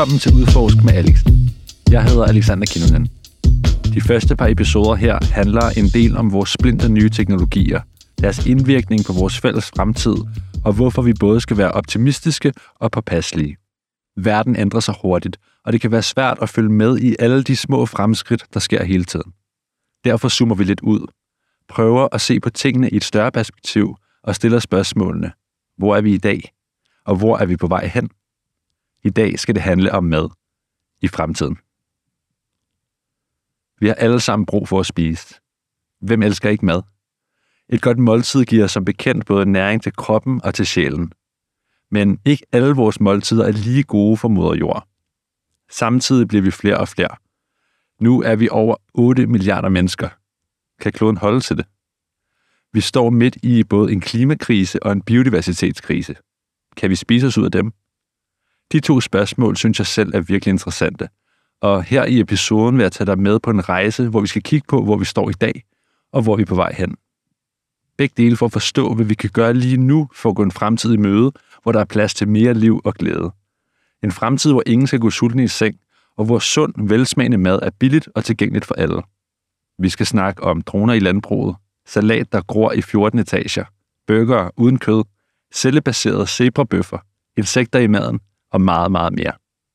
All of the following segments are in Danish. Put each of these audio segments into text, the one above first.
Velkommen til Udforsk med Alex. Jeg hedder Alexander Kinnunen. De første par episoder her handler en del om vores splinter nye teknologier, deres indvirkning på vores fælles fremtid, og hvorfor vi både skal være optimistiske og påpasselige. Verden ændrer sig hurtigt, og det kan være svært at følge med i alle de små fremskridt, der sker hele tiden. Derfor zoomer vi lidt ud, prøver at se på tingene i et større perspektiv og stiller spørgsmålene. Hvor er vi i dag? Og hvor er vi på vej hen? I dag skal det handle om mad i fremtiden. Vi har alle sammen brug for at spise. Hvem elsker ikke mad? Et godt måltid giver som bekendt både næring til kroppen og til sjælen. Men ikke alle vores måltider er lige gode for moder jord. Samtidig bliver vi flere og flere. Nu er vi over 8 milliarder mennesker. Kan kloden holde til det? Vi står midt i både en klimakrise og en biodiversitetskrise. Kan vi spise os ud af dem? De to spørgsmål synes jeg selv er virkelig interessante. Og her i episoden vil jeg tage dig med på en rejse, hvor vi skal kigge på, hvor vi står i dag, og hvor vi er på vej hen. Begge dele for at forstå, hvad vi kan gøre lige nu for at gå en fremtid i møde, hvor der er plads til mere liv og glæde. En fremtid, hvor ingen skal gå sulten i seng, og hvor sund, velsmagende mad er billigt og tilgængeligt for alle. Vi skal snakke om droner i landbruget, salat, der gror i 14 etager, burgere uden kød, cellebaserede zebrabøffer, insekter i maden og meget, meget mere.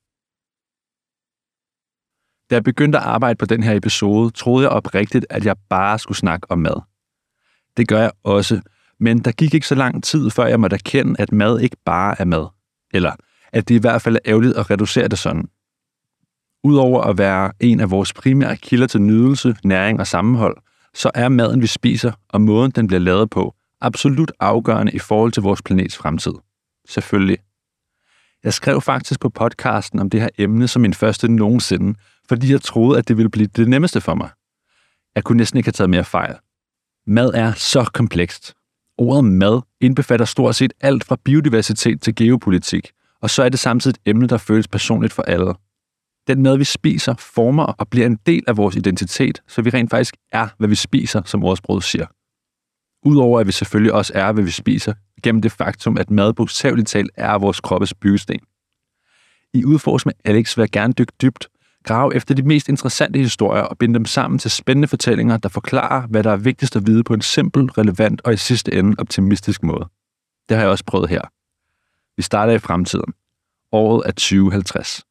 Da jeg begyndte at arbejde på den her episode, troede jeg oprigtigt, at jeg bare skulle snakke om mad. Det gør jeg også, men der gik ikke så lang tid, før jeg måtte erkende, at mad ikke bare er mad. Eller at det i hvert fald er ærgerligt at reducere det sådan. Udover at være en af vores primære kilder til nydelse, næring og sammenhold, så er maden, vi spiser, og måden, den bliver lavet på, absolut afgørende i forhold til vores planets fremtid. Selvfølgelig. Jeg skrev faktisk på podcasten om det her emne som min første nogensinde, fordi jeg troede, at det ville blive det nemmeste for mig. Jeg kunne næsten ikke have taget mere fejl. Mad er så komplekst. Ordet mad indbefatter stort set alt fra biodiversitet til geopolitik, og så er det samtidig et emne, der føles personligt for alle. Den mad, vi spiser, former og bliver en del af vores identitet, så vi rent faktisk er, hvad vi spiser, som ordsproget siger. Udover at vi selvfølgelig også er, hvad vi spiser, gennem det faktum, at mad bogstaveligt talt er vores kroppes byggesten. I Udforsk med Alex vil jeg gerne dykke dybt, grave efter de mest interessante historier og binde dem sammen til spændende fortællinger, der forklarer, hvad der er vigtigst at vide på en simpel, relevant og i sidste ende optimistisk måde. Det har jeg også prøvet her. Vi starter i fremtiden. Året er 2050.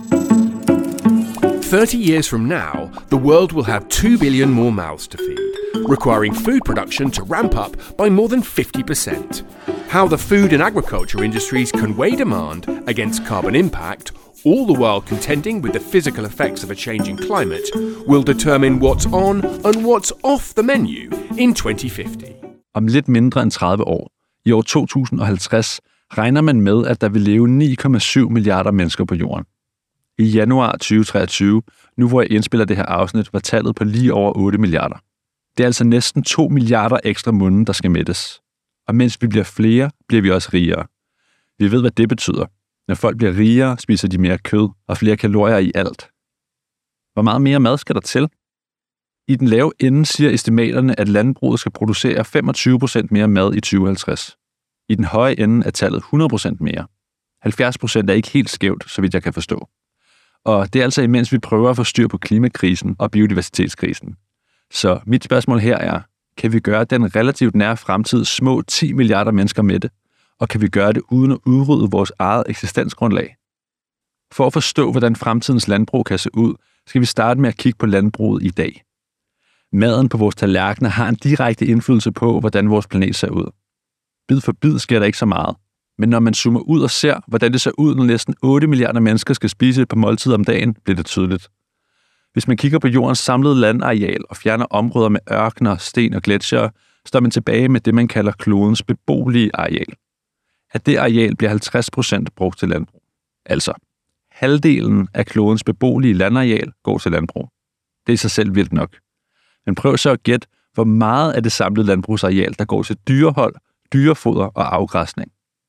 30 years from now, the world will have 2 billion more mouths to feed, requiring food production to ramp up by more than 50%. How the food and agriculture industries can weigh demand against carbon impact, all the while contending with the physical effects of a changing climate, will determine what's on and what's off the menu in 2050. Om lidt mindre end 30 år, i år 2050, regner man med, at der vil leve 9,7 milliarder mennesker på jorden. I januar 2023, nu hvor jeg indspiller det her afsnit, var tallet på lige over 8 milliarder. Det er altså næsten 2 milliarder ekstra munde, der skal mættes. Og mens vi bliver flere, bliver vi også rigere. Vi ved, hvad det betyder. Når folk bliver rigere, spiser de mere kød og flere kalorier i alt. Hvor meget mere mad skal der til? I den lave ende siger estimaterne, at landbruget skal producere 25% mere mad i 2050. I den høje ende er tallet 100% mere. 70% er ikke helt skævt, så vidt jeg kan forstå. Og det er altså imens vi prøver at få styr på klimakrisen og biodiversitetskrisen. Så mit spørgsmål her er, kan vi gøre den relativt nære fremtid små 10 milliarder mennesker med det? Og kan vi gøre det uden at udrydde vores eget eksistensgrundlag? For at forstå, hvordan fremtidens landbrug kan se ud, skal vi starte med at kigge på landbruget i dag. Maden på vores tallerkener har en direkte indflydelse på, hvordan vores planet ser ud. Bid for bid sker der ikke så meget. Men når man zoomer ud og ser, hvordan det ser ud, når næsten 8 milliarder mennesker skal spise et par måltider om dagen, bliver det tydeligt. Hvis man kigger på jordens samlede landareal og fjerner områder med ørkener, sten og gletsjere, står man tilbage med det, man kalder klodens beboelige areal. Af det areal bliver 50% brugt til landbrug. Altså, halvdelen af klodens beboelige landareal går til landbrug. Det er i sig selv vildt nok. Men prøv så at gætte, hvor meget af det samlede landbrugsareal, der går til dyrehold, dyrefoder og afgræsning.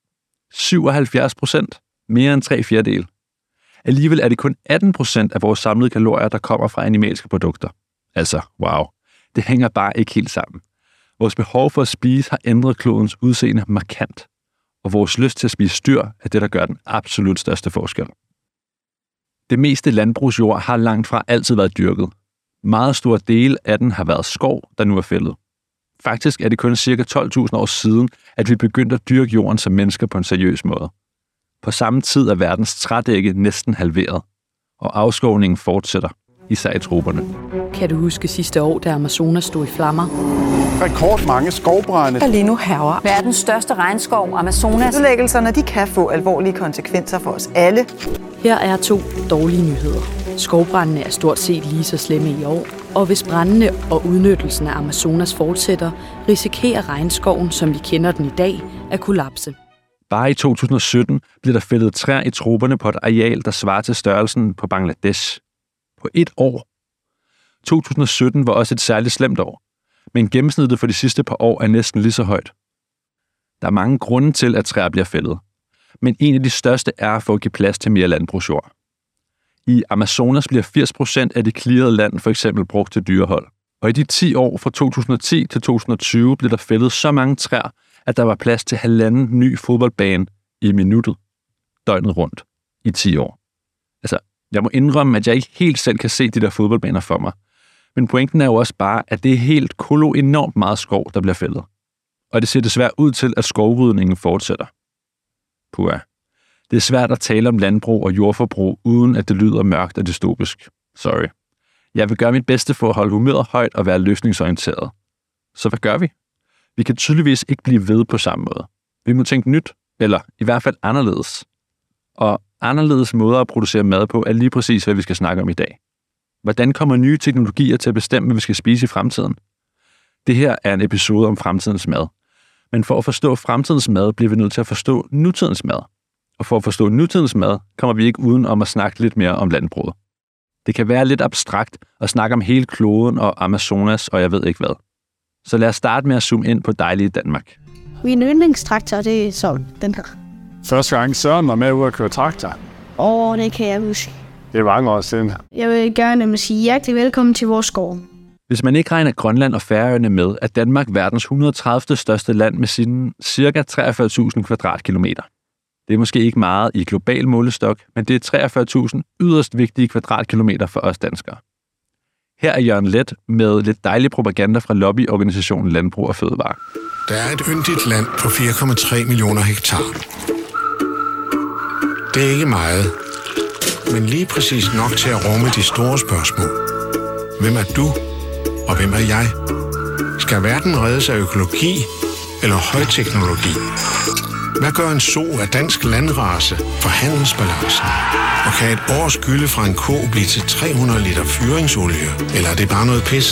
77%, mere end 3/4. Alligevel er det kun 18% af vores samlede kalorier, der kommer fra animalske produkter. Altså, wow, det hænger bare ikke helt sammen. Vores behov for at spise har ændret klodens udseende markant, og vores lyst til at spise dyr er det, der gør den absolut største forskel. Det meste landbrugsjord har langt fra altid været dyrket. Meget stor del af den har været skov, der nu er fældet. Faktisk er det kun ca. 12.000 år siden, at vi begyndte at dyrke jorden som mennesker på en seriøs måde. På samme tid er verdens trædække næsten halveret, og afskovningen fortsætter, især i troperne. Kan du huske sidste år, da Amazonas stod i flammer? Rekordmange skovbrande. Der lige nu hærger verdens største regnskov, Amazonas. Udlæggelserne de kan få alvorlige konsekvenser for os alle. Her er 2 dårlige nyheder. Skovbrændene er stort set lige så slemme i år, og hvis brændene og udnyttelsen af Amazonas fortsætter, risikerer regnskoven, som vi kender den i dag, at kollapse. Bare i 2017 blev der fældet træer i troperne på et areal, der svarer til størrelsen på Bangladesh. På 1 år. 2017 var også et særligt slemt år, men gennemsnittet for de sidste par år er næsten lige så højt. Der er mange grunde til, at træer bliver fældet, men en af de største er for at give plads til mere landbrugsjord. I Amazonas bliver 80% af det clearede land for eksempel brugt til dyrehold, og i de 10 år fra 2010 til 2020 blev der fældet så mange træer, at der var plads til 1,5 ny fodboldbane i minuttet, døgnet rundt, i 10 år. Altså, jeg må indrømme, at jeg ikke helt selv kan se de der fodboldbaner for mig. Men pointen er jo også bare, at det er helt enormt meget skov, der bliver fældet. Og det ser desværre ud til, at skovrydningen fortsætter. Puha. Det er svært at tale om landbrug og jordforbrug, uden at det lyder mørkt og dystopisk. Sorry. Jeg vil gøre mit bedste for at holde humøret højt og være løsningsorienteret. Så hvad gør vi? Vi kan tydeligvis ikke blive ved på samme måde. Vi må tænke nyt, eller i hvert fald anderledes. Og anderledes måder at producere mad på er lige præcis, hvad vi skal snakke om i dag. Hvordan kommer nye teknologier til at bestemme, hvad vi skal spise i fremtiden? Det her er en episode om fremtidens mad. Men for at forstå fremtidens mad, bliver vi nødt til at forstå nutidens mad. Og for at forstå nutidens mad, kommer vi ikke uden om at snakke lidt mere om landbruget. Det kan være lidt abstrakt at snakke om hele kloden og Amazonas og jeg ved ikke hvad. Så lad os starte med at zoome ind på dejlige Danmark. Min yndlingstraktor, det er sådan, den her. Første gang Søren var med ude at køre traktor. Det kan jeg huske. Det er mange år siden. Jeg vil gerne sige hjertelig velkommen til vores skov. Hvis man ikke regner Grønland og Færøerne med, er Danmark verdens 130. største land med sine ca. 43.000 kvadratkilometer. Det er måske ikke meget i global målestok, men det er 43.000 yderst vigtige kvadratkilometer for os danskere. Her er Jørgen Leth med lidt dejlig propaganda fra lobbyorganisationen Landbrug og Fødevare. Der er et yndigt land på 4,3 millioner hektar. Det er ikke meget, men lige præcis nok til at rumme de store spørgsmål. Hvem er du, og hvem er jeg? Skal verden reddes af økologi eller højteknologi? Hvad gør en so af dansk landrace for handelsbalancen? Og kan et års gylde fra en ko blive til 300 liter fyringsolie? Eller er det bare noget pis?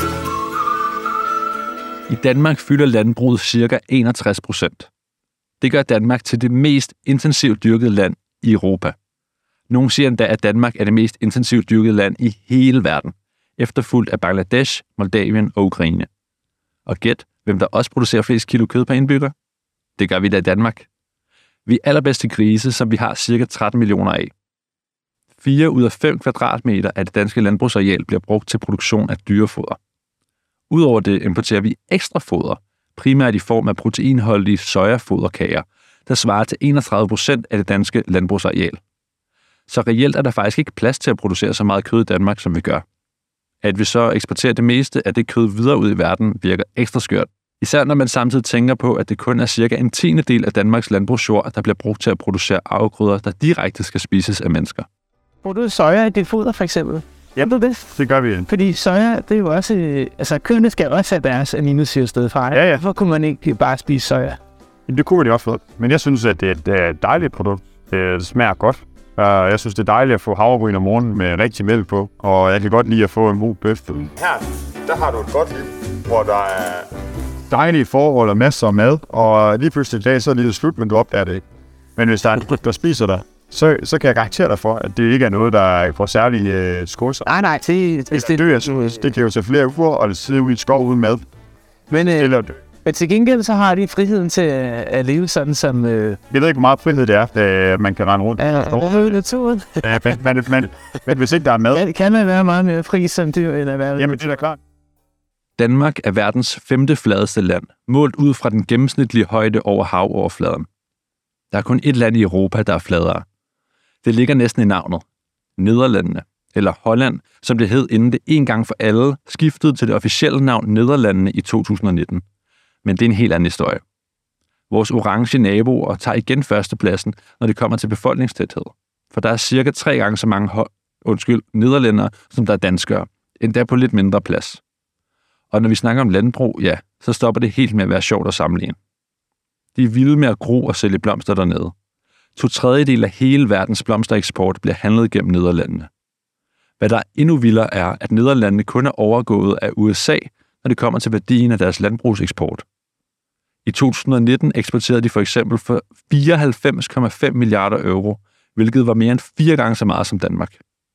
I Danmark fylder landbruget ca. 61%. Det gør Danmark til det mest intensivt dyrkede land i Europa. Nogle siger endda, at Danmark er det mest intensivt dyrkede land i hele verden, efterfulgt af Bangladesh, Moldavien og Ukraine. Og gæt, hvem der også producerer flest kilo kød per indbygger? Det gør vi da i Danmark. Vi er allerbedst til grise, som vi har ca. 13 millioner af. 4 ud af 5 kvadratmeter af det danske landbrugsareal bliver brugt til produktion af dyrefoder. Udover det importerer vi ekstra foder, primært i form af proteinholdige sojafoderkager, der svarer til 31% af det danske landbrugsareal. Så reelt er der faktisk ikke plads til at producere så meget kød i Danmark, som vi gør. At vi så eksporterer det meste af det kød videre ud i verden, virker ekstra skørt. Især når man samtidig tænker på, at det kun er cirka 1/10 af Danmarks landbrugsjord, der bliver brugt til at producere afgrøder, der direkte skal spises af mennesker. Bruger du soja i dit foder, for eksempel? Ja, det gør vi. Fordi soja, det er jo også... Altså, køerne skal også have deres aminosyrested fra. Ja. Hvorfor kunne man ikke bare spise soja? Jamen, det kunne de også. Men jeg synes, at det er et dejligt produkt. Det smager godt. Jeg synes, det er dejligt at få havregryn om morgenen med rigtig mælk på. Og jeg kan godt lide at få en god bøf. Her, der har du et godt liv, hvor der er dejlige forhold og masser af mad. Og lige pludselig i dag, så er det lidt slut, men du opdager det ikke. Men hvis der er en, der spiser dig, så kan jeg garantere dig for, at det ikke er noget, der får særlige skurser. Nej, det kan jo tage flere uger, og det sidder ude i et skov uden mad. Men til gengæld så har de friheden til at leve sådan som... Jeg ved ikke, hvor meget frihed det er, man kan rende rundt. Naturen. Men hvis ikke der er mad... Kan man være meget mere fri som dyr, eller hvad? Jamen, det er da klart. Danmark er verdens 5. fladeste land, målt ud fra den gennemsnitlige højde over havoverfladen. Der er kun ét land i Europa, der er fladere. Det ligger næsten i navnet. Nederlandene, eller Holland, som det hed inden det en gang for alle skiftede til det officielle navn Nederlandene i 2019. Men det er en helt anden historie. Vores orange naboer tager igen førstepladsen, når det kommer til befolkningstæthed. For der er cirka 3 gange så mange nederlændere, som der er danskere, endda på lidt mindre plads. Og når vi snakker om landbrug, ja, så stopper det helt med at være sjovt at sammenligne. De er vilde med at gro og sælge blomster dernede. 2/3 af hele verdens blomstereksport bliver handlet gennem Nederlandene. Hvad der er endnu vildere er, at Nederlandene kun er overgået af USA, når det kommer til værdien af deres landbrugseksport. I 2019 eksporterede de for eksempel for 94,5 milliarder euro, hvilket var mere end 4 gange så meget som Danmark.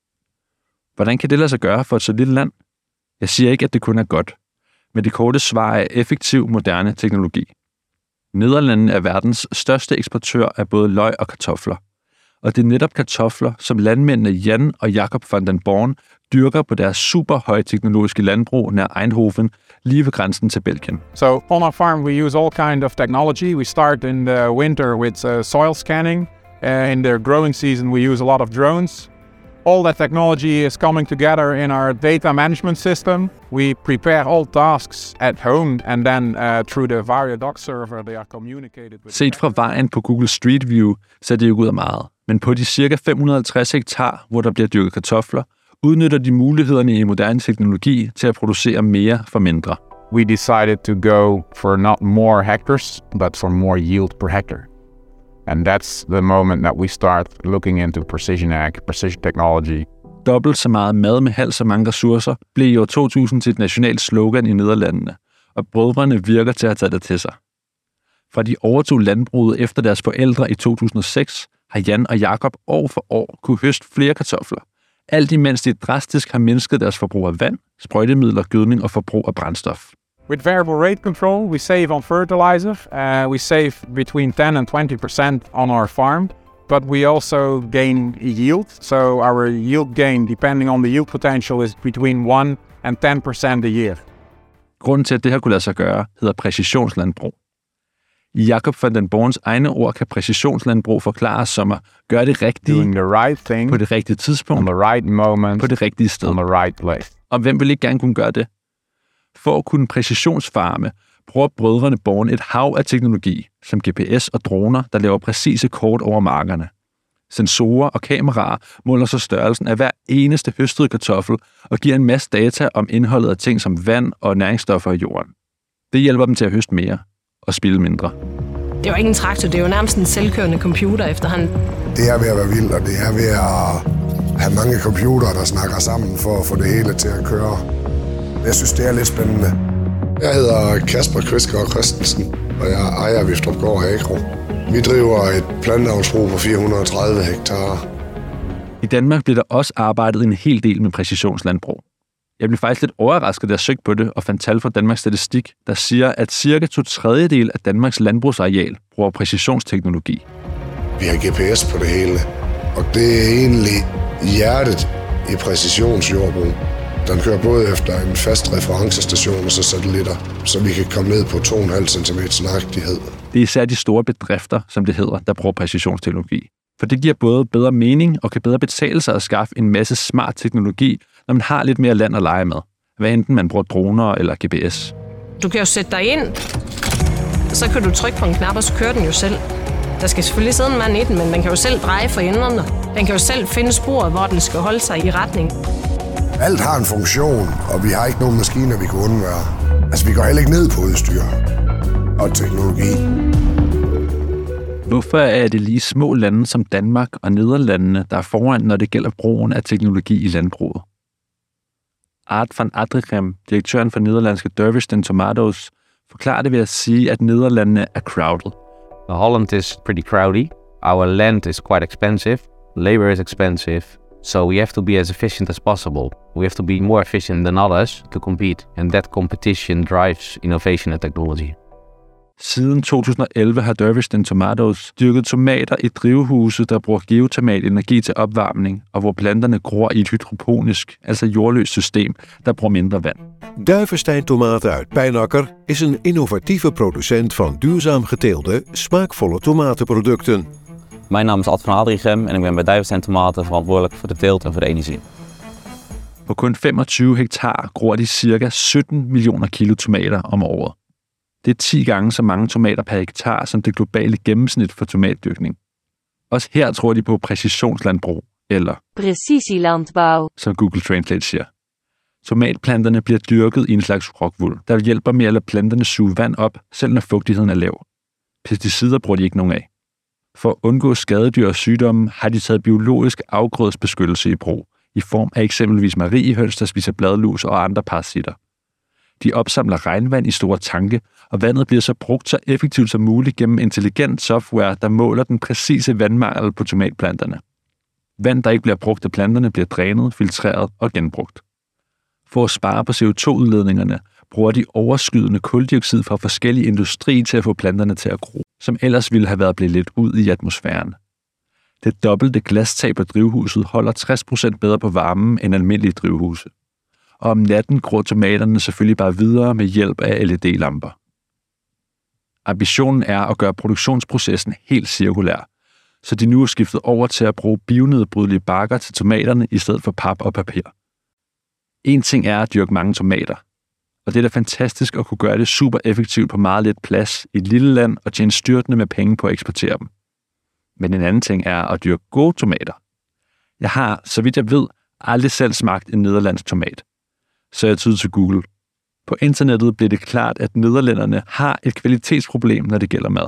Hvordan kan det lade sig gøre for et så lille land? Jeg siger ikke, at det kun er godt, men det korte svar er effektiv, moderne teknologi. Nederlandene er verdens største eksportør af både løg og kartofler. Og det er netop kartofler, som landmændene Jan og Jakob van den Born dyrker på deres super højteknologiske landbrug nær Eindhoven, lige ved grænsen til Belgien. So on our farm we use all kind of technology. We start in the winter with soil scanning. In the growing season we use a lot of drones. All that technology is coming together in our data management system. We prepare all tasks at home, and then through the Variadoc server, they are communicated with... Set fra vejen på Google Street View ser det jo ud af meget. Men på de cirka 550 hektar, hvor der bliver dyrket kartofler, udnytter de mulighederne i moderne teknologi til at producere mere for mindre. We decided to go for not more hectares, but for more yield per hectare. And that's the moment that we start looking into precision ag, precision technology. Dobbelt så meget mad med halvt så mange ressourcer blev i år 2000 til et nationalt slogan i Nederlandene, og brødrene virker til at have taget det til sig. Fra de overtog landbruget efter deres forældre i 2006, har Jan og Jakob år for år kunne høste flere kartofler. Alt imens de drastisk har mindsket deres forbrug af vand, sprøjtemidler, gødning og forbrug af brændstof. With variable rate control, we save on fertilizer. We save between 10 and 20% on our farm, but we also gain yield. So our yield gain, depending on the yield potential, is between 1 and 10% a year. Grunden til, at det her kunne lade sig gøre, hedder præcisionslandbrug. I Jakob van den Borns egne ord kan præcisionslandbrug forklares som at gøre det rigtige, doing the right thing, på det rigtige tidspunkt, on the right moment, på det rigtige sted. On the right place. Og hvem vil ikke gerne kunne gøre det? For at kunne præcisionsfarme, bruger brødrene Born et hav af teknologi, som GPS og droner, der laver præcise kort over markerne. Sensorer og kameraer måler så størrelsen af hver eneste høstede kartoffel og giver en masse data om indholdet af ting som vand og næringsstoffer i jorden. Det hjælper dem til at høste mere og spilde mindre. Det er jo ikke en traktor, det er jo nærmest en selvkørende computer efterhånden. Det er ved at være vildt, og det er ved at have mange computere, der snakker sammen for at få det hele til at køre. Jeg synes, det er lidt spændende. Jeg hedder Kasper Kvistgaard Christensen, og jeg ejer Viftrup Agro. Vi driver et planteavlsbrug på 430 hektar. I Danmark bliver der også arbejdet en hel del med præcisionslandbrug. Jeg blev faktisk lidt overrasket, da jeg søgte på det og fandt tal fra Danmarks Statistik, der siger, at cirka 2/3 af Danmarks landbrugsareal bruger præcisionsteknologi. Vi har GPS på det hele, og det er egentlig hjertet i præcisionsjordbrug. Den kører både efter en fast referencestation og så satellitter, så vi kan komme ned på 2,5 cm nøjagtighed. Det er især de store bedrifter, som det hedder, der bruger præcisionsteknologi. For det giver både bedre mening og kan bedre betale sig at skaffe en masse smart teknologi, når man har lidt mere land at lege med. Hvad enten man bruger droner eller GPS. Du kan jo sætte dig ind, så kan du trykke på en knap, og så kører den jo selv. Der skal selvfølgelig sidde en mand i den, men man kan jo selv dreje for enderne. Den kan jo selv finde sporet, hvor den skal holde sig i retning. Alt har en funktion, og vi har ikke nogen maskiner, vi kan undvære. Altså, vi går heller ikke ned på udstyr og teknologi. Hvorfor er det lige små lande som Danmark og Nederlandene, der er foran, når det gælder brugen af teknologi i landbruget? Art van Adrichem, direktøren for nederlandske Dervished and Tomatoes, forklarer det ved at sige, at Nederlandene er crowded. Holland is pretty crowdy. Our land is quite expensive. Labor is expensive. So we have to be as efficient as possible. We have to be more efficient than others to compete. And that competition drives innovation and technology. Siden 2011 har Dervished and Tomatoes dyrket tomater i drivhuse, der bruger geotermal energi til opvarmning, og hvor planterne gror i et hydroponisk, altså jordløst system, der bruger mindre vand. Duivenstein Tomaten uit Pijnacker is een innovatieve producent van duurzaam geteelde, smaakvolle tomatenproducten. Mijn naam is Ad van Adrichem en ik ben bij Duivenstein Tomaten verantwoordelijk voor de teelt en voor de energie. På kun 25 hektar gror de ca. 17 millioner kilo tomater om året. Det er 10 gange så mange tomater per hektar som det globale gennemsnit for tomatdyrkning. Også her tror de på præcisionslandbrug, eller Precisielandbouw, som Google Translate siger. Tomatplanterne bliver dyrket i en slags rockwool, der hjælper med at lade planterne suge vand op, selv når fugtigheden er lav. Pesticider bruger de ikke nogen af. For at undgå skadedyr og sygdomme har de taget biologisk afgrødsbeskyttelse i brug, i form af eksempelvis mariehøns, der spiser bladlus og andre parasitter. De opsamler regnvand i store tanke, og vandet bliver så brugt så effektivt som muligt gennem intelligent software, der måler den præcise vandmangel på tomatplanterne. Vand, der ikke bliver brugt af planterne, bliver drænet, filtreret og genbrugt. For at spare på CO2-udledningerne, bruger de overskydende kuldioxid fra forskellige industri til at få planterne til at gro, som ellers ville have været blevet lidt ud i atmosfæren. Det dobbelte glastag på drivhuset holder 60% bedre på varmen end almindelige drivhuse. Og om natten gror tomaterne selvfølgelig bare videre med hjælp af LED-lamper. Ambitionen er at gøre produktionsprocessen helt cirkulær, så de nu er skiftet over til at bruge bionedbrydelige bakker til tomaterne i stedet for pap og papir. En ting er at dyrke mange tomater, og det er da fantastisk at kunne gøre det super effektivt på meget lidt plads i et lille land og tjene styrtende med penge på at eksportere dem. Men en anden ting er at dyrke gode tomater. Jeg har, så vidt jeg ved, aldrig selv smagt en nederlandsk tomat. Så jeg tyder til Google. På internettet blev det klart, at nederlænderne har et kvalitetsproblem, når det gælder mad.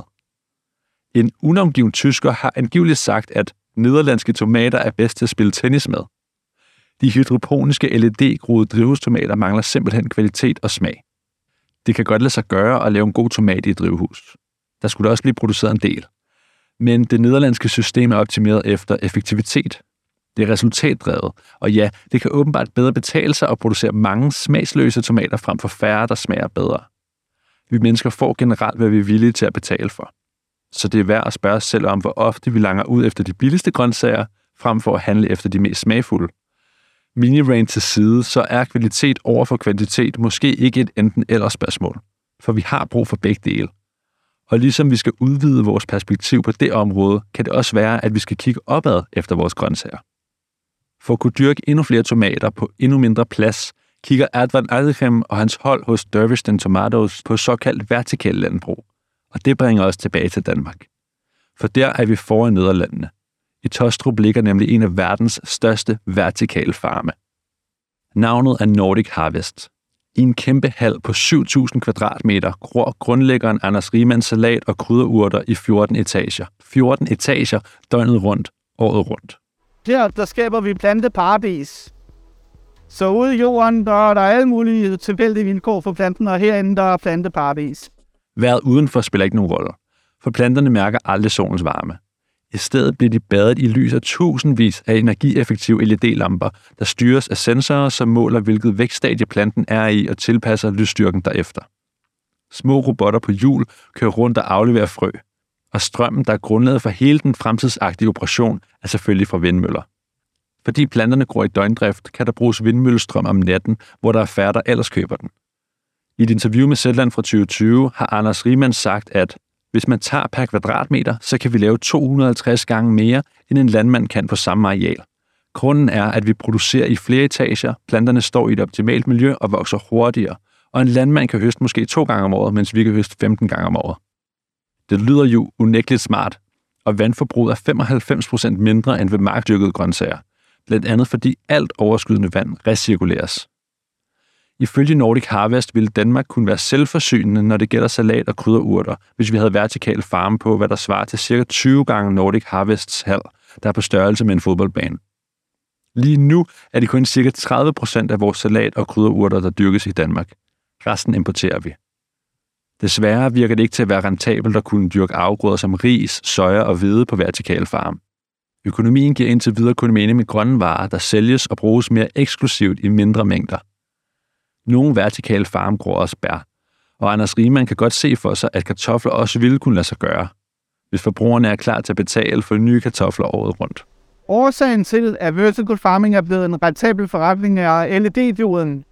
En unavngiven tysker har angiveligt sagt, at nederlandske tomater er bedst til at spille tennis med. De hydroponiske LED-groede drivhustomater mangler simpelthen kvalitet og smag. Det kan godt lade sig gøre at lave en god tomat i et drivhus. Der skulle også blive produceret en del. Men det nederlandske system er optimeret efter effektivitet. Det er resultatdrevet, og ja, det kan åbenbart bedre betale sig at producere mange smagsløse tomater frem for færre, der smager bedre. Vi mennesker får generelt, hvad vi er villige til at betale for. Så det er værd at spørge os selv om, hvor ofte vi langer ud efter de billigste grøntsager, frem for at handle efter de mest smagfulde. Mini-range til side, så er kvalitet over for kvantitet måske ikke et enten-eller spørgsmål, for vi har brug for begge dele. Og ligesom vi skal udvide vores perspektiv på det område, kan det også være, at vi skal kigge opad efter vores grøntsager. For at kunne dyrke endnu flere tomater på endnu mindre plads, kigger Advan Adrichem og hans hold hos Duivenstein Tomatoes på såkaldt vertikal landbrug. Og det bringer os tilbage til Danmark. For der er vi foran Nederlandene. I Taastrup ligger nemlig en af verdens største vertikale farme. Navnet er Nordic Harvest. I en kæmpe hal på 7.000 kvadratmeter gror grundlæggeren Anders Riemanns salat og krydderurter i 14 etager. 14 etager døgnet rundt, året rundt. Der skaber vi planteparadis. Så ude i jorden, der er der alle mulige tilfældige vilkår for planten, og herinde der er planteparadis. Vejret udenfor spiller ikke nogen rolle, for planterne mærker aldrig solens varme. I stedet bliver de badet i lys af tusindvis af energieffektive LED-lamper, der styres af sensorer, som måler, hvilket vækststadie planten er i og tilpasser lysstyrken derefter. Små robotter på hjul kører rundt og afleverer frø, og strømmen, der er grundlaget for hele den fremtidsagtige operation, er selvfølgelig fra vindmøller. Fordi planterne gror i døgndrift, kan der bruges vindmøllestrøm om natten, hvor der er færre, der ellers køber den. I et interview med Zetland fra 2020 har Anders Riemanns sagt, at hvis man tager per kvadratmeter, så kan vi lave 250 gange mere, end en landmand kan på samme areal. Grunden er, at vi producerer i flere etager, planterne står i et optimalt miljø og vokser hurtigere, og en landmand kan høste måske 2 gange om året, mens vi kan høste 15 gange om året. Det lyder jo unægteligt smart, og vandforbruget er 95% mindre end ved markdyrkede grøntsager, blandt andet fordi alt overskydende vand recirkuleres. Ifølge Nordic Harvest ville Danmark kunne være selvforsynende, når det gælder salat og krydderurter, hvis vi havde vertikale farme på, hvad der svarer til ca. 20 gange Nordic Harvests hal, der er på størrelse med en fodboldbane. Lige nu er det kun ca. 30% af vores salat og krydderurter, der dyrkes i Danmark. Resten importerer vi. Desværre virker det ikke til at være rentabelt at kunne dyrke afgrøder som ris, soja og hvede på vertikale farme. Økonomien giver indtil videre kun mening med grønne varer, der sælges og bruges mere eksklusivt i mindre mængder. Nogle vertikale farme gror også bær, og Anders Riemann kan godt se for sig, at kartofler også ville kunne lade sig gøre, hvis forbrugerne er klar til at betale for nye kartofler året rundt. Årsagen til, at vertical farming er blevet en rentabel forretning, er LED-dioden.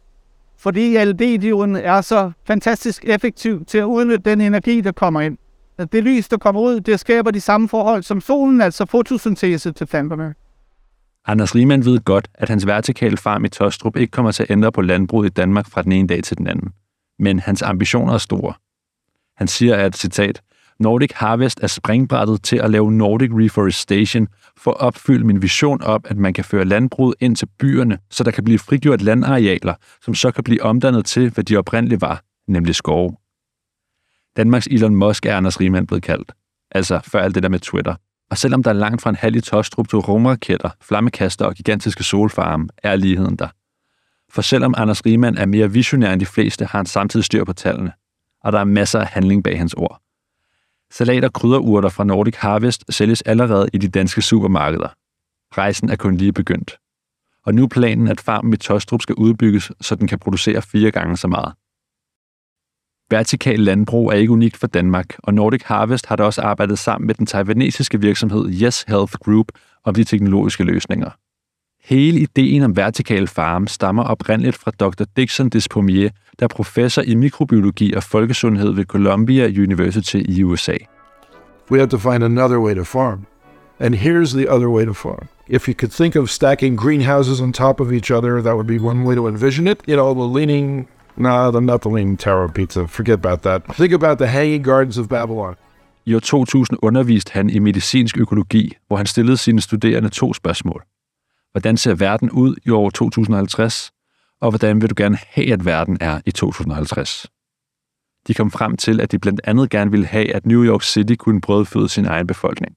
Fordi LED-dioden er så fantastisk effektiv til at udnytte den energi, der kommer ind. det lys, der kommer ud, det skaber de samme forhold som solen, altså fotosyntese til planterne. Anders Riemann ved godt, at hans vertikale farm i Taastrup ikke kommer til at ændre på landbruget i Danmark fra den ene dag til den anden. Men hans ambitioner er store. Han siger, at, citat, Nordic Harvest er springbrættet til at lave Nordic Reforestation for at opfylde min vision op, at man kan føre landbruget ind til byerne, så der kan blive frigjort landarealer, som så kan blive omdannet til, hvad de oprindeligt var, nemlig skove. Danmarks Elon Musk er Anders Riemann blevet kaldt. Altså før alt det der med Twitter. Og selvom der er langt fra en halv i Taastrup til rumraketter, flammekaster og gigantiske solfarme, er ligheden der. For selvom Anders Riemann er mere visionær end de fleste, har han samtidig styr på tallene. Og der er masser af handling bag hans ord. Salat- og krydderurter fra Nordic Harvest sælges allerede i de danske supermarkeder. Rejsen er kun lige begyndt. Og nu er planen, at farmen i Taastrup skal udbygges, så den kan producere 4 gange så meget. Vertikal landbrug er ikke unikt for Danmark, og Nordic Harvest har da også arbejdet sammen med den taiwanesiske virksomhed Yes Health Group om de teknologiske løsninger. Hele ideen om vertikal farm stammer oprindeligt fra Dr. Dixon Despommier, der er professor i mikrobiologi og folkesundhed ved Columbia University i USA. We have to find another way to farm. And here's the other way to farm. If you could think of stacking greenhouses on top of each other, that would be one way to envision it. You know, the leaning... No, not the leaning tower of Pisa. Forget about that. Think about the hanging gardens of Babylon. I år 2000 underviste han i medicinsk økologi, hvor han stillede sine studerende 2 spørgsmål. Hvordan ser verden ud i år 2050? Og hvordan vil du gerne have, at verden er i 2050? De kom frem til, at de blandt andet gerne ville have, at New York City kunne brødføde sin egen befolkning.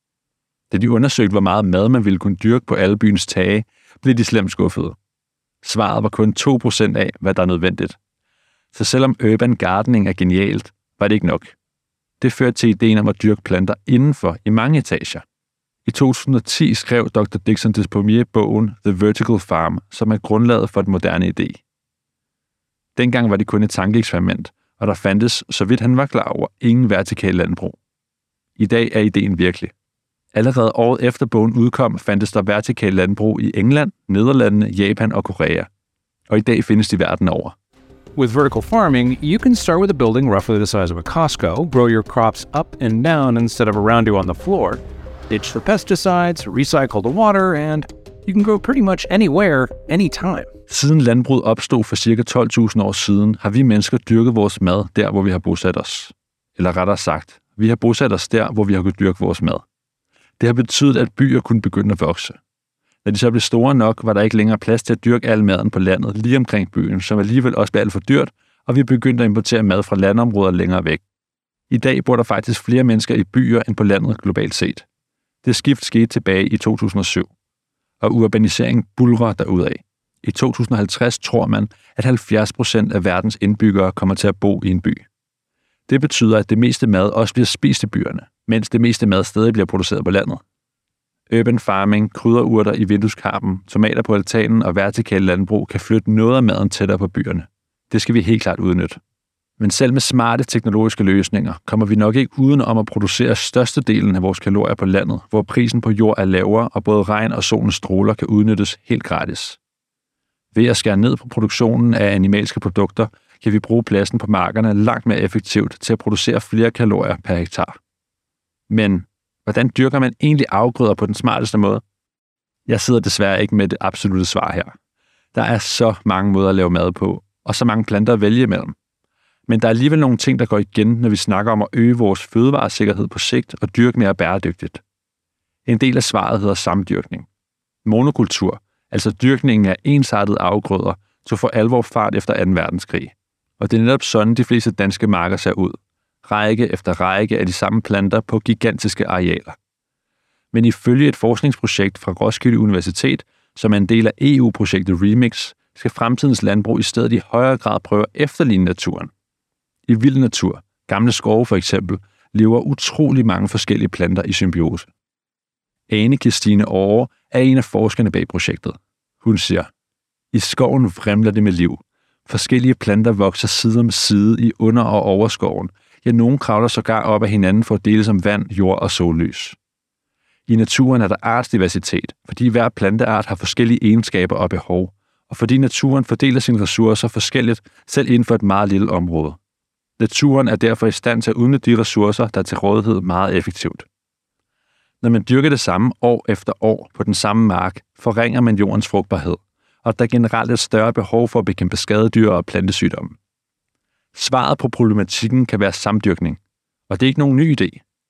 Da de undersøgte, hvor meget mad man ville kunne dyrke på alle byens tage, blev de slemt skuffede. Svaret var kun 2% af, hvad der er nødvendigt. Så selvom urban gardening er genialt, var det ikke nok. Det førte til ideen om at dyrke planter indenfor i mange etager. I 2010 skrev Dr. Dixon Despommier bogen The Vertical Farm, som er grundlaget for den moderne idé. Dengang var det kun et tankeeksperiment, og der fandtes, så vidt han var klar over, ingen vertikal landbrug. I dag er ideen virkelig. Allerede året efter bogen udkom, fandtes der vertikal landbrug i England, Nederlandene, Japan og Korea. Og i dag findes de verden over. With vertical farming, you can start with a building roughly the size of a Costco, grow your crops up and down instead of around you on the floor, ditch the pesticides, recycle the water, and you can grow pretty much anywhere, anytime. Siden landbruget opstod for ca. 12.000 år siden, har vi mennesker dyrket vores mad der, hvor vi har bosat os. Eller rettere sagt, vi har bosat os der, hvor vi har kunnet dyrke vores mad. Det har betydet, at byer kunne begynde at vokse. Når de så blev store nok, var der ikke længere plads til at dyrke al maden på landet lige omkring byen, som alligevel også blev alt for dyrt, og vi begyndte at importere mad fra landområder længere væk. I dag bor der faktisk flere mennesker i byer end på landet globalt set. Det skift skete tilbage i 2007, og urbaniseringen buldrer derudad. I 2050 tror man, at 70% af verdens indbyggere kommer til at bo i en by. Det betyder, at det meste mad også bliver spist i byerne, mens det meste mad stadig bliver produceret på landet. Urban farming, krydderurter i vindueskarmen, tomater på altanen og vertikale landbrug kan flytte noget af maden tættere på byerne. Det skal vi helt klart udnytte. Men selv med smarte teknologiske løsninger kommer vi nok ikke uden om at producere størstedelen af vores kalorier på landet, hvor prisen på jord er lavere, og både regn og solens stråler kan udnyttes helt gratis. Ved at skære ned på produktionen af animalske produkter, kan vi bruge pladsen på markerne langt mere effektivt til at producere flere kalorier per hektar. Men hvordan dyrker man egentlig afgrøder på den smarteste måde? Jeg sidder desværre ikke med det absolutte svar her. Der er så mange måder at lave mad på, og så mange planter at vælge imellem. Men der er alligevel nogle ting, der går igen, når vi snakker om at øge vores fødevaresikkerhed på sigt og dyrke mere bæredygtigt. En del af svaret hedder samdyrkning. Monokultur, altså dyrkningen af ensartede afgrøder, tog for alvor fart efter 2. verdenskrig. Og det er netop sådan, de fleste danske marker ser ud. Række efter række af de samme planter på gigantiske arealer. Men ifølge et forskningsprojekt fra Roskilde Universitet, som er en del af EU-projektet Remix, skal fremtidens landbrug i stedet i højere grad prøve at efterligne naturen. I vild natur, gamle skove for eksempel, lever utrolig mange forskellige planter i symbiose. Ane Kirstine Aare er en af forskerne bag projektet. Hun siger, i skoven vrimler det med liv. Forskellige planter vokser side om side i under- og overskoven. Ja, nogle kravler sågar op af hinanden for at dele som vand, jord og sollys. I naturen er der artsdiversitet, fordi hver planteart har forskellige egenskaber og behov, og fordi naturen fordeler sine ressourcer forskelligt, selv inden for et meget lille område. Naturen er derfor i stand til at udnytte de ressourcer, der er til rådighed meget effektivt. Når man dyrker det samme år efter år på den samme mark, forringer man jordens frugtbarhed, og der er generelt et større behov for at bekæmpe skadedyr og plantesygdomme. Svaret på problematikken kan være samdyrkning, og det er ikke nogen ny idé.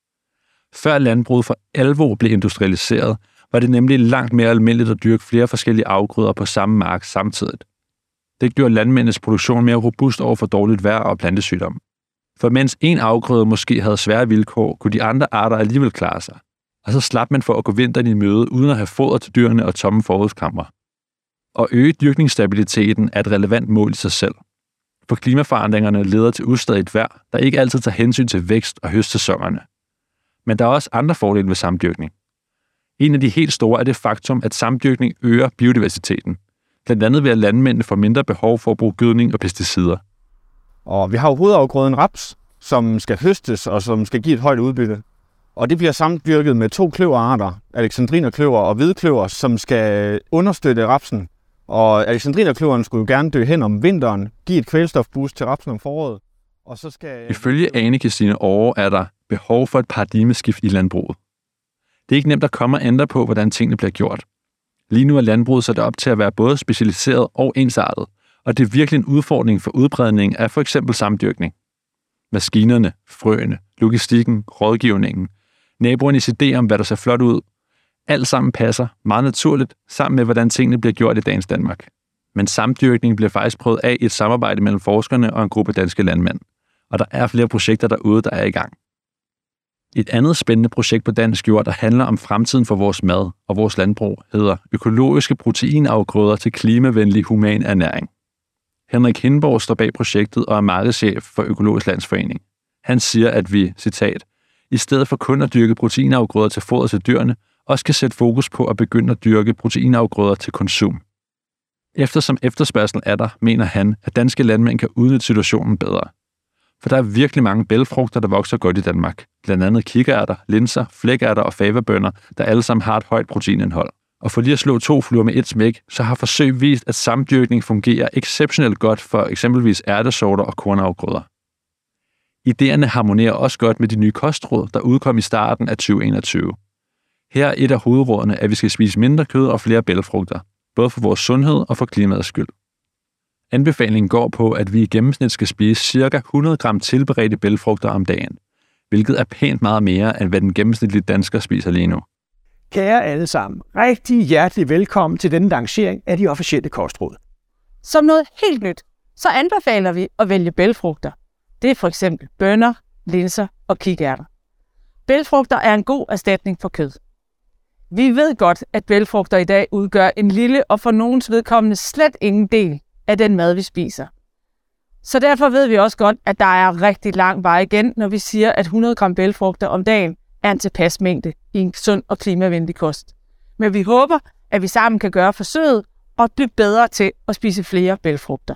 Før landbruget for alvor blev industrialiseret, var det nemlig langt mere almindeligt at dyrke flere forskellige afgrøder på samme mark samtidigt. Det gjorde landmændenes produktion mere robust over for dårligt vejr og plantesygdom. For mens en afgrøde måske havde svære vilkår, kunne de andre arter alligevel klare sig. Og så slap man for at gå vinteren i møde uden at have foder til dyrene og tomme forrådskamre. Og øge dyrkningsstabiliteten er et relevant mål i sig selv. For klimaforandringerne leder til ustadigt vejr, der ikke altid tager hensyn til vækst- og høstsæsonerne. Men der er også andre fordele ved samdyrkning. En af de helt store er det faktum, at samdyrkning øger biodiversiteten. Blandt andet ved at landmændene får mindre behov for at bruge gødning og pesticider. Og vi har jo hovedafgrøden raps, som skal høstes og som skal give et højt udbytte. Og det bliver samdyrket med 2 kløverarter, alexandrinerkløver og hvidkløver, som skal understøtte rapsen. Og alexandrinerkløveren skulle jo gerne dø hen om vinteren, give et kvælstofboost til rapsen om foråret. Og så skal... Ifølge Ane-Kristine Aare er der behov for et paradigmeskift i landbruget. Det er ikke nemt at komme og ændre på, hvordan tingene bliver gjort. Lige nu er landbruget sat op til at være både specialiseret og ensartet, og det er virkelig en udfordring for udbredning af for eksempel samdyrkning. Maskinerne, frøene, logistikken, rådgivningen, naboernes idé om, hvad der ser flot ud, alt sammen passer meget naturligt sammen med, hvordan tingene bliver gjort i dagens Danmark. Men samdyrkning bliver faktisk prøvet af i et samarbejde mellem forskerne og en gruppe danske landmænd, og der er flere projekter derude, der er i gang. Et andet spændende projekt på dansk jord, der handler om fremtiden for vores mad og vores landbrug, hedder Økologiske proteinafgrøder til klimavenlig human ernæring. Henrik Hindborg står bag projektet og er markedschef for Økologisk Landsforening. Han siger, at vi, citat, i stedet for kun at dyrke proteinafgrøder til foder til dyrene, også kan sætte fokus på at begynde at dyrke proteinafgrøder til konsum. Eftersom efterspørgselen er der, mener han, at danske landmænd kan udnytte situationen bedre. For der er virkelig mange bælgfrugter, der vokser godt i Danmark. Blandt andet kikærter, linser, flækærter og favabønner, der alle sammen har et højt proteinindhold. Og for lige at slå 2 fluer med et smæk, så har forsøg vist, at samdyrkning fungerer exceptionelt godt for eksempelvis ærtesorter og kornafgrøder. Idéerne harmonerer også godt med de nye kostråd, der udkom i starten af 2021. Her er et af hovedrådene, at vi skal spise mindre kød og flere bælgfrugter, både for vores sundhed og for klimaets skyld. Anbefalingen går på, at vi i gennemsnit skal spise ca. 100 gram tilberedte bælgfrugter om dagen, hvilket er pænt meget mere, end hvad den gennemsnitlige dansker spiser lige nu. Kære alle sammen, rigtig hjertelig velkommen til denne lancering af de officielle kostråd. Som noget helt nyt, så anbefaler vi at vælge bælgfrugter. Det er for eksempel bønner, linser og kikærter. Bælgfrugter er en god erstatning for kød. Vi ved godt, at bælgfrugter i dag udgør en lille og for nogens vedkommende slet ingen del af den mad, vi spiser. Så derfor ved vi også godt, at der er rigtig lang vej igen, når vi siger, at 100 gram bælgfrugter om dagen er en tilpas mængde i en sund og klimavenlig kost. Men vi håber, at vi sammen kan gøre forsøget og blive bedre til at spise flere bælgfrugter.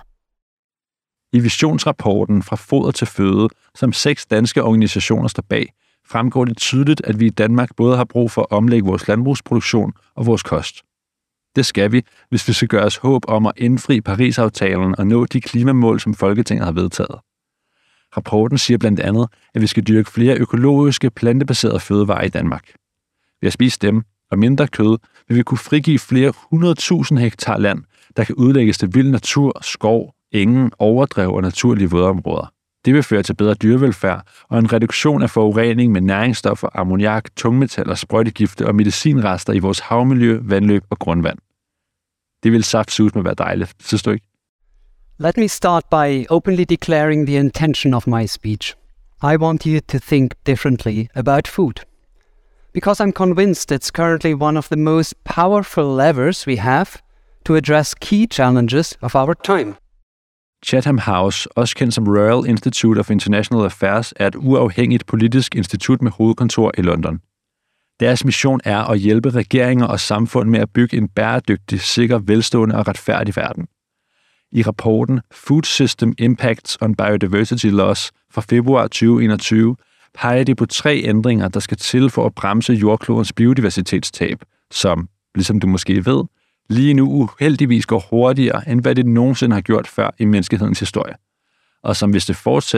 I visionsrapporten Fra foder til føde, som 6 danske organisationer står bag, fremgår det tydeligt, at vi i Danmark både har brug for at omlægge vores landbrugsproduktion og vores kost. Det skal vi, hvis vi skal gøre os håb om at indfri Paris-aftalen og nå de klimamål, som Folketinget har vedtaget. Rapporten siger blandt andet, at vi skal dyrke flere økologiske, plantebaserede fødevarer i Danmark. Ved at spise dem og mindre kød, vil vi kunne frigive flere 100.000 hektar land, der kan udlægges til vild natur, skov, enge, overdrev og naturlige vådområder. Det vil føre til bedre dyrevelfærd og en reduktion af forurening med næringsstoffer, ammoniak, tungmetaller, sprøjtegifte og medicinrester i vores havmiljø, vandløb og grundvand. Det vil saftsuseme være dejligt, synes du ikke? Let me start by openly declaring the intention of my speech. I want you to think differently about food. Because I'm convinced it's currently one of the most powerful levers we have to address key challenges of our time. Chatham House, også kendt som Royal Institute of International Affairs, er et uafhængigt politisk institut med hovedkontor i London. Deres mission er at hjælpe regeringer og samfund med at bygge en bæredygtig, sikker, velstående og retfærdig verden. I rapporten Food System Impacts on Biodiversity Loss fra februar 2021 peger de på 3 ændringer, der skal til for at bremse jordklodens biodiversitetstab, som, ligesom du måske ved, lige nu uheldigvis går hurtigere, end hvad det nogensinde har gjort før i menneskehedens historie. Og som hvis det fortsætter,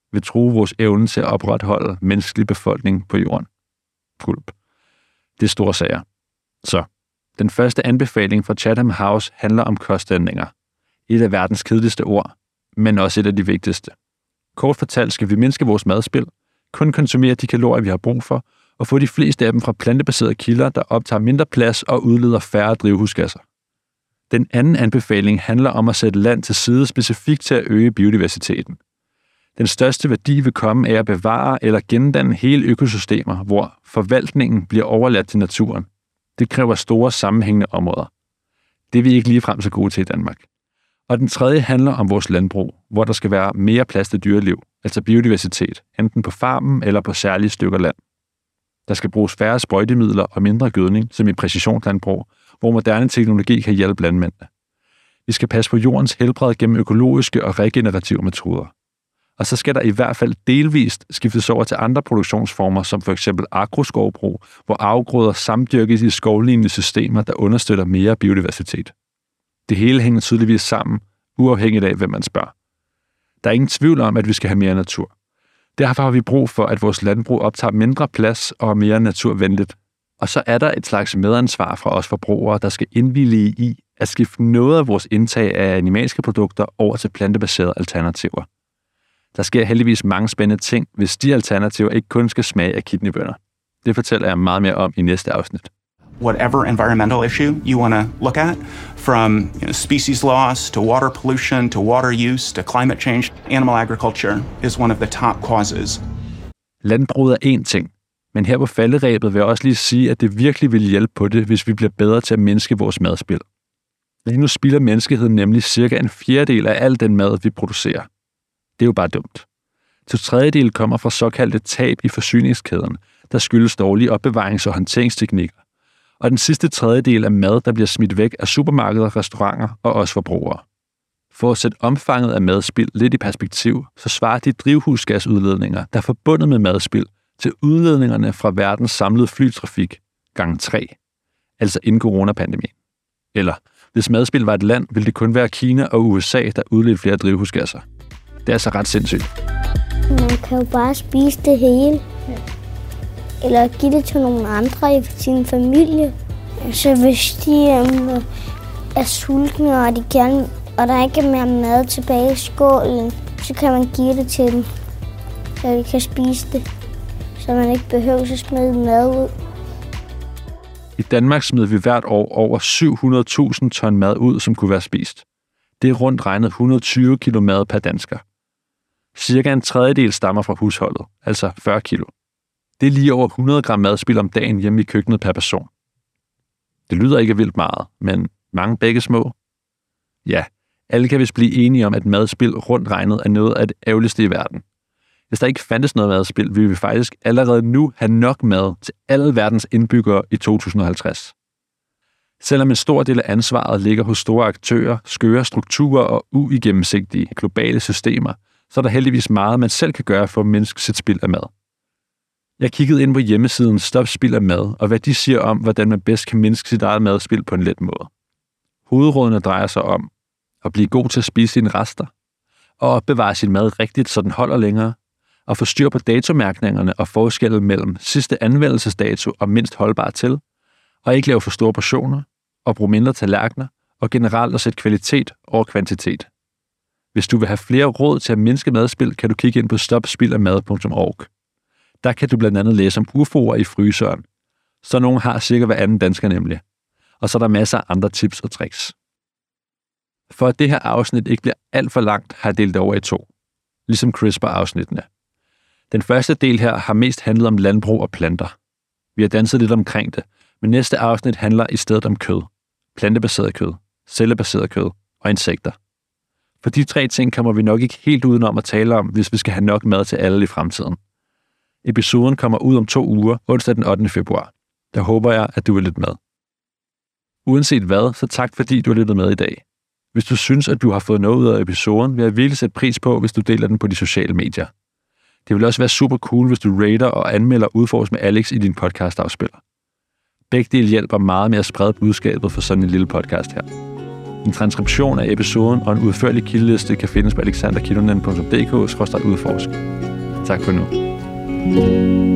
vil true vores evne til at opretholde menneskelig befolkning på jorden. Gulp. Det er store sager. Så, den første anbefaling fra Chatham House handler om kostændringer. Et af verdens kedeligste ord, men også et af de vigtigste. Kort fortalt skal vi mindske vores madspild, kun konsumere de kalorier, vi har brug for, og få de fleste af dem fra plantebaserede kilder, der optager mindre plads og udleder færre drivhusgasser. Den anden anbefaling handler om at sætte land til side specifikt til at øge biodiversiteten. Den største værdi vil komme af at bevare eller gendanne hele økosystemer, hvor forvaltningen bliver overladt til naturen. Det kræver store sammenhængende områder. Det er vi ikke ligefrem så gode til i Danmark. Og den tredje handler om vores landbrug, hvor der skal være mere plads til dyreliv, altså biodiversitet, enten på farmen eller på særlige stykker land. Der skal bruges færre sprøjtemidler og mindre gødning, som i præcisionslandbrug, hvor moderne teknologi kan hjælpe landmændene. Vi skal passe på jordens helbred gennem økologiske og regenerative metoder. Og så skal der i hvert fald delvist skiftes over til andre produktionsformer, som f.eks. agroskovbrug, hvor afgrøder samdyrkes i skovlignende systemer, der understøtter mere biodiversitet. Det hele hænger tydeligvis sammen, uafhængigt af, hvem man spørger. Der er ingen tvivl om, at vi skal have mere natur. Derfor har vi brug for, at vores landbrug optager mindre plads og er mere naturvenligt. Og så er der et slags medansvar fra os forbrugere, der skal indvillige i at skifte noget af vores indtag af animalske produkter over til plantebaserede alternativer. Der sker heldigvis mange spændende ting, hvis de alternativer ikke kun skal smage af kidneybønner. Det fortæller jeg meget mere om i næste afsnit. Whatever environmental issue you want to look at, from species loss to water pollution to water use to climate change, animal agriculture is one of the top causes. Landbruget er én ting, men her på falderebet vil jeg også lige sige, at det virkelig vil hjælpe på det, hvis vi bliver bedre til at mindske vores madspild. Lige nu spilder menneskeheden nemlig cirka en fjerdedel af al den mad, vi producerer. Det er jo bare dumt. 2/3 kommer fra såkaldte tab i forsyningskæden, der skyldes dårlige opbevarings- og håndteringsteknikker. Og den sidste tredjedel af mad, der bliver smidt væk af supermarkeder, restauranter og os forbrugere. For at sætte omfanget af madspild lidt i perspektiv, så svarer de drivhusgasudledninger, der er forbundet med madspild, til udledningerne fra verdens samlede flytrafik gange 3, altså inden coronapandemien. Eller, hvis madspild var et land, ville det kun være Kina og USA, der udledte flere drivhusgasser. Det er altså ret sindssygt. Man kan jo bare spise det hele. Eller give det til nogle andre i sin familie. Så hvis de er sultne, og der ikke er mere mad tilbage i skålen, så kan man give det til dem, så de kan spise det, så man ikke behøver at smide mad ud. I Danmark smider vi hvert år over 700.000 ton mad ud, som kunne være spist. Det er rundt regnet 120 kilo mad per dansker. Cirka en tredjedel stammer fra husholdet, altså 40 kilo. Det er lige over 100 gram madspild om dagen hjemme i køkkenet per person. Det lyder ikke vildt meget, men mange begge små. Ja, alle kan vist blive enige om, at madspild rundt regnet er noget af det ærgerligste i verden. Hvis der ikke fandtes noget madspild, ville vi faktisk allerede nu have nok mad til alle verdens indbyggere i 2050. Selvom en stor del af ansvaret ligger hos store aktører, skøre strukturer og uigennemsigtige globale systemer, så er der heldigvis meget, man selv kan gøre for at mindske sit spild af mad. Jeg kiggede ind på hjemmesiden Stop Spild af Mad, og hvad de siger om, hvordan man bedst kan mindske sit eget madspild på en let måde. Hovedrådene drejer sig om at blive god til at spise sine rester, og opbevare sin mad rigtigt, så den holder længere, og få styr på datomærkningerne og forskellen mellem sidste anvendelsesdato og mindst holdbar til, og ikke lave for store portioner, og bruge mindre tallerkener, og generelt at sætte kvalitet over kvantitet. Hvis du vil have flere råd til at mindske madspild, kan du kigge ind på stopspildafmad.org. Der kan du blandt andet læse om UFO'er i fryseren. Så nogen har cirka hver anden dansker nemlig. Og så er der masser af andre tips og tricks. For at det her afsnit ikke bliver alt for langt, har jeg delt det over i 2. Ligesom CRISPR-afsnittene. Den første del her har mest handlet om landbrug og planter. Vi har danset lidt omkring det, men næste afsnit handler i stedet om kød. Plantebaseret kød, cellebaseret kød og insekter. For de 3 ting kommer vi nok ikke helt udenom at tale om, hvis vi skal have nok mad til alle i fremtiden. Episoden kommer ud om 2 uger, onsdag den 8. februar. Der håber jeg, at du vil lytte med. Uanset hvad, så tak fordi du har lyttet med i dag. Hvis du synes, at du har fået noget ud af episoden, vil jeg virkelig sætte pris på, hvis du deler den på de sociale medier. Det vil også være super cool, hvis du rater og anmelder Udfordres med Alex i din podcast-afspiller. Begge dele hjælper meget med at sprede budskabet for sådan en lille podcast her. En transkription af episoden og en udførlig kildeliste kan findes på alexanderkilunen.dk/udforsk. Tak for nu.